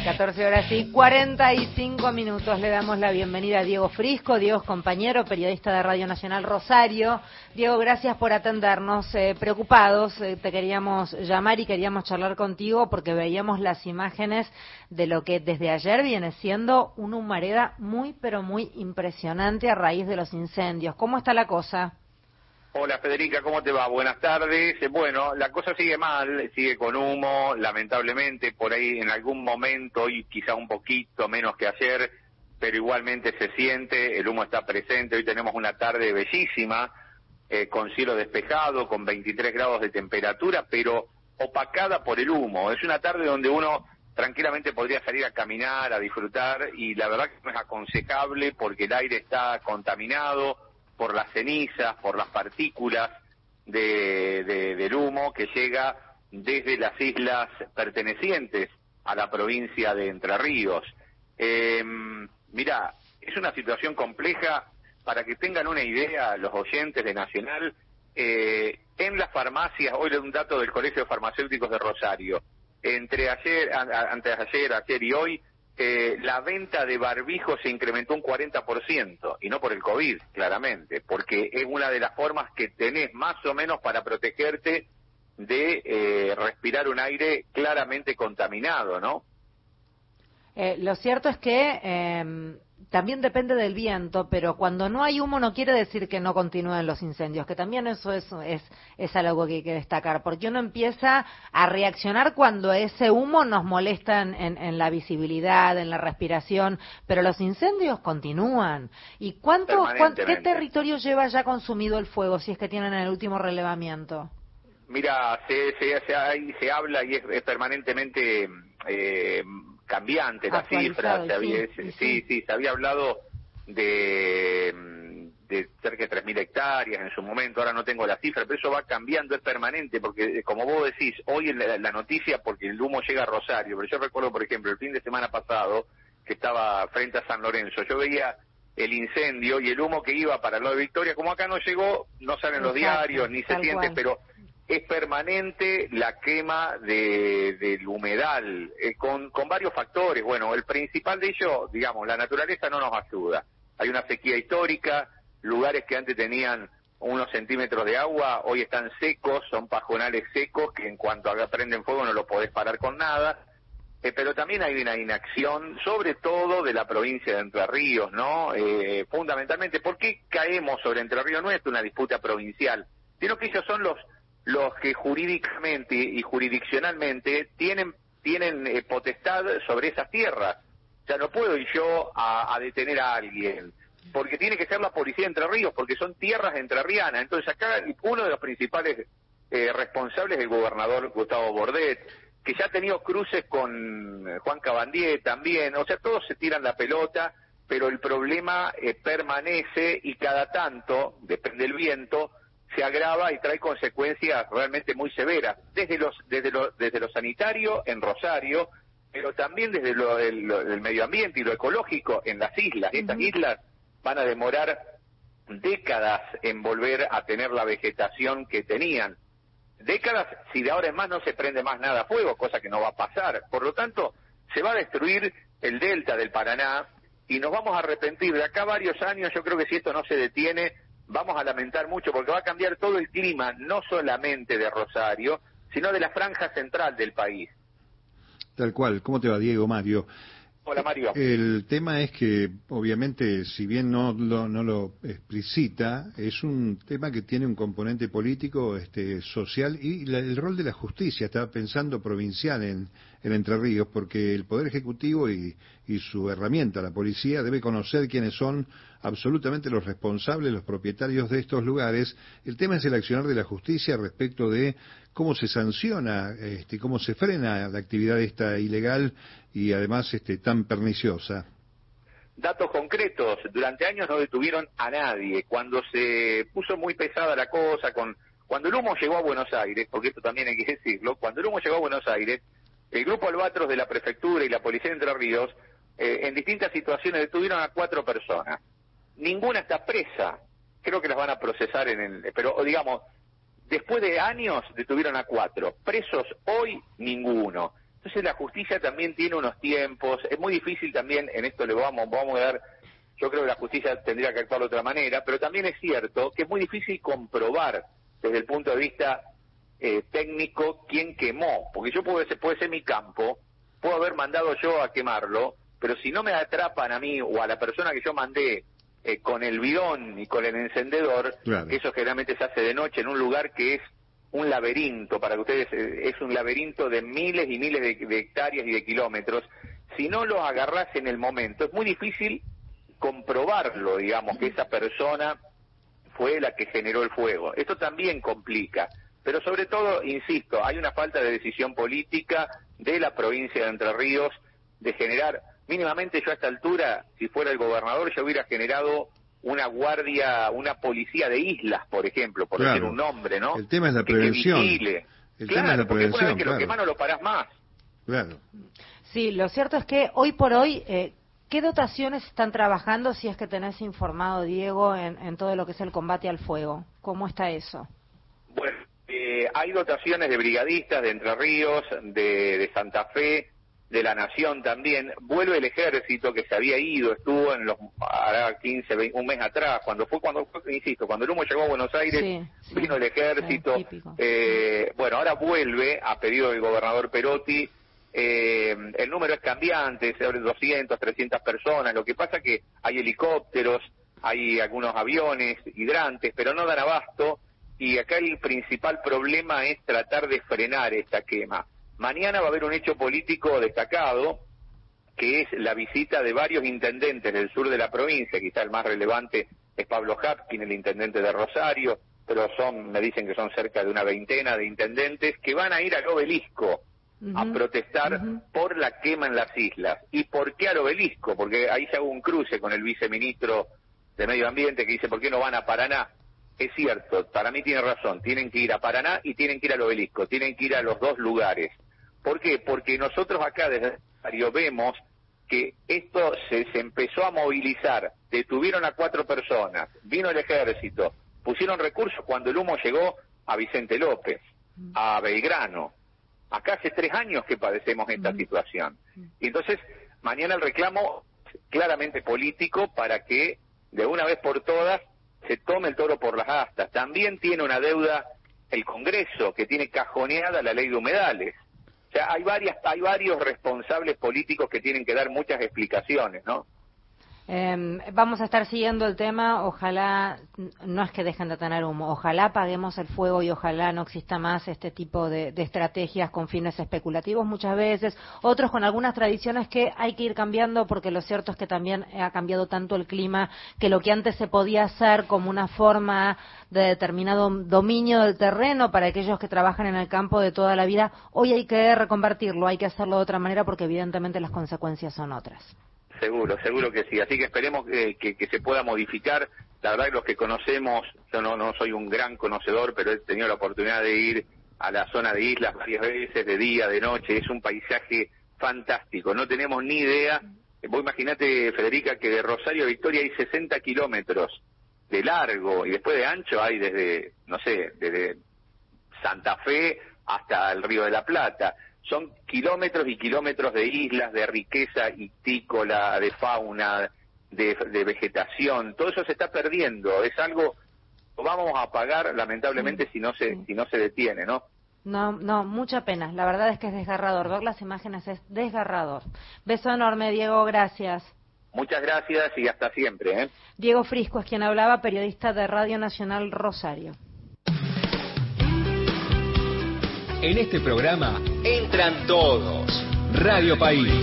14 horas y 45 minutos. Le damos la bienvenida a Diego Frisco. Diego es compañero, periodista de Radio Nacional Rosario. Diego, gracias por atendernos. Preocupados, te queríamos llamar y queríamos charlar contigo porque veíamos las imágenes de lo que desde ayer viene siendo una humareda muy, pero muy impresionante a raíz de los incendios. ¿Cómo está la cosa? Hola Federica, ¿cómo te va? Buenas tardes. Bueno, la cosa sigue mal, sigue con humo, lamentablemente, por ahí en algún momento, y quizá un poquito menos que ayer, pero igualmente se siente, el humo está presente. Hoy tenemos una tarde bellísima, con cielo despejado, con 23 grados de temperatura, pero opacada por el humo. Es una tarde donde uno tranquilamente podría salir a caminar, a disfrutar, y la verdad que no es aconsejable porque el aire está contaminado por las cenizas, por las partículas del humo que llega desde las islas pertenecientes a la provincia de Entre Ríos. Mirá, es una situación compleja. Para que tengan una idea los oyentes de Nacional, en las farmacias, hoy le doy un dato del Colegio de Farmacéuticos de Rosario, entre ayer, antes de ayer y hoy, la venta de barbijos se incrementó un 40%, y no por el COVID, claramente, porque es una de las formas que tenés más o menos para protegerte de respirar un aire claramente contaminado, ¿no? Lo cierto es que también depende del viento, pero cuando no hay humo no quiere decir que no continúen los incendios, que también eso es algo que hay que destacar, porque uno empieza a reaccionar cuando ese humo nos molesta en la visibilidad, en la respiración, pero los incendios continúan. ¿Y qué territorio lleva ya consumido el fuego, si es que tienen el último relevamiento? Mira, se habla y es permanentemente cambiante la cifra. Se había hablado de cerca de 3.000 hectáreas en su momento. Ahora no tengo la cifra, pero eso va cambiando, es permanente, porque como vos decís, hoy en la noticia, porque el humo llega a Rosario, pero yo recuerdo, por ejemplo, el fin de semana pasado, que estaba frente a San Lorenzo, yo veía el incendio y el humo que iba para el lado de Victoria. Como acá no llegó, no salen los diarios, ni se siente, pero es permanente la quema del humedal, con varios factores. Bueno, el principal de ellos, digamos, la naturaleza no nos ayuda. Hay una sequía histórica, lugares que antes tenían unos centímetros de agua, hoy están secos, son pajonales secos que en cuanto prenden fuego no lo podés parar con nada. Pero también hay una inacción, sobre todo de la provincia de Entre Ríos, ¿no? Fundamentalmente, ¿por qué caemos sobre Entre Ríos? No es una disputa provincial, sino que ellos son los que jurídicamente y jurisdiccionalmente tienen potestad sobre esas tierras. O sea, no puedo ir yo a detener a alguien, porque tiene que ser la policía de Entre Ríos, porque son tierras entrerrianas. Entonces acá uno de los principales responsables es el gobernador Gustavo Bordet, que ya ha tenido cruces con Juan Cabandier también. O sea, todos se tiran la pelota, pero el problema permanece, y cada tanto, depende del viento, se agrava y trae consecuencias realmente muy severas, desde lo sanitario en Rosario, pero también desde el medio ambiente y lo ecológico en las islas. Estas islas van a demorar décadas en volver a tener la vegetación que tenían. Décadas si de ahora en más no se prende más nada a fuego, cosa que no va a pasar. Por lo tanto, se va a destruir el delta del Paraná y nos vamos a arrepentir de acá varios años. Yo creo que si esto no se detiene, vamos a lamentar mucho, porque va a cambiar todo el clima, no solamente de Rosario, sino de la franja central del país. Tal cual. ¿Cómo te va, Diego? Mario. Hola, Mario. El tema es que, obviamente, si bien no lo explicita, es un tema que tiene un componente político, social, y el rol de la justicia, estaba pensando provincial en Entre Ríos, porque el Poder Ejecutivo y su herramienta, la policía, debe conocer quiénes son absolutamente los responsables, los propietarios de estos lugares. El tema es el accionar de la justicia respecto de cómo se sanciona, cómo se frena la actividad esta ilegal y además tan perniciosa. Datos concretos: durante años no detuvieron a nadie. Cuando se puso muy pesada la cosa, cuando el humo llegó a Buenos Aires, porque esto también hay que decirlo, cuando el humo llegó a Buenos Aires, el Grupo Albatros de la Prefectura y la Policía de Entre Ríos, en distintas situaciones detuvieron a 4 personas. Ninguna está presa, creo que las van a procesar pero digamos, después de años detuvieron a 4, presos hoy ninguno. Entonces la justicia también tiene unos tiempos, es muy difícil también, en esto le vamos a dar, yo creo que la justicia tendría que actuar de otra manera, pero también es cierto que es muy difícil comprobar desde el punto de vista técnico quién quemó, porque yo puede ser mi campo, puedo haber mandado yo a quemarlo, pero si no me atrapan a mí o a la persona que yo mandé con el bidón y con el encendedor, claro, que eso generalmente se hace de noche en un lugar que es un laberinto, para que ustedes, es un laberinto de miles y miles de hectáreas y de kilómetros. Si no los agarrás en el momento, es muy difícil comprobarlo, digamos, que esa persona fue la que generó el fuego. Esto también complica, pero sobre todo, insisto, hay una falta de decisión política de la provincia de Entre Ríos de generar, mínimamente yo a esta altura, si fuera el gobernador, yo hubiera generado una guardia, una policía de islas, por ejemplo, por decir un nombre, ¿no? El tema es la prevención. Que vigile. El tema es la porque una vez prevención, que lo quemás no lo parás más. Claro. Sí, lo cierto es que hoy por hoy, ¿qué dotaciones están trabajando, si es que tenés informado, Diego, en todo lo que es el combate al fuego? ¿Cómo está eso? Bueno, hay dotaciones de brigadistas de Entre Ríos, de Santa Fe, de la Nación también. Vuelve el ejército que se había ido, estuvo en hará 15, 20, un mes atrás, cuando el humo llegó a Buenos Aires, vino el ejército. Bueno, ahora vuelve a pedido del gobernador Perotti. El número es cambiante, se habla de 200, 300 personas. Lo que pasa que hay helicópteros, hay algunos aviones hidrantes, pero no dan abasto. Y acá el principal problema es tratar de frenar esta quema. Mañana va a haber un hecho político destacado, que es la visita de varios intendentes del sur de la provincia. Quizá el más relevante es Pablo Hapkin, el intendente de Rosario, pero me dicen que son cerca de una veintena de intendentes que van a ir al obelisco a protestar por la quema en las islas. ¿Y por qué al obelisco? Porque ahí se hago un cruce con el viceministro de Medio Ambiente que dice, ¿por qué no van a Paraná? Es cierto, para mí tiene razón, tienen que ir a Paraná y tienen que ir al obelisco, tienen que ir a los dos lugares. ¿Por qué? Porque nosotros acá desde Rosario vemos que esto se empezó a movilizar, detuvieron a 4 personas, vino el ejército, pusieron recursos cuando el humo llegó a Vicente López, a Belgrano. Acá hace 3 años que padecemos esta situación. Y entonces, mañana el reclamo es claramente político para que, de una vez por todas, se tome el toro por las astas. También tiene una deuda el Congreso, que tiene cajoneada la ley de humedales. O sea, hay varios responsables políticos que tienen que dar muchas explicaciones, ¿no? Vamos a estar siguiendo el tema, ojalá, no es que dejen de tener humo, ojalá apaguemos el fuego y ojalá no exista más este tipo de estrategias con fines especulativos muchas veces, otros con algunas tradiciones que hay que ir cambiando porque lo cierto es que también ha cambiado tanto el clima que lo que antes se podía hacer como una forma de determinado dominio del terreno para aquellos que trabajan en el campo de toda la vida, hoy hay que reconvertirlo, hay que hacerlo de otra manera porque evidentemente las consecuencias son otras. Seguro que sí. Así que esperemos que se pueda modificar. La verdad que los que conocemos, yo no soy un gran conocedor, pero he tenido la oportunidad de ir a la zona de islas varias veces, de día, de noche. Es un paisaje fantástico. No tenemos ni idea. Vos imaginate, Federica, que de Rosario a Victoria hay 60 kilómetros de largo y después de ancho hay desde Santa Fe hasta el Río de la Plata. Son kilómetros y kilómetros de islas, de riqueza hictícola, de fauna, de vegetación. Todo eso se está perdiendo. Es algo que vamos a pagar, lamentablemente, si no se detiene, ¿no? No, mucha pena. La verdad es que es desgarrador. Ver las imágenes es desgarrador. Beso enorme, Diego. Gracias. Muchas gracias y hasta siempre, ¿eh? Diego Frisco es quien hablaba, periodista de Radio Nacional Rosario. En este programa entran todos. Radio País.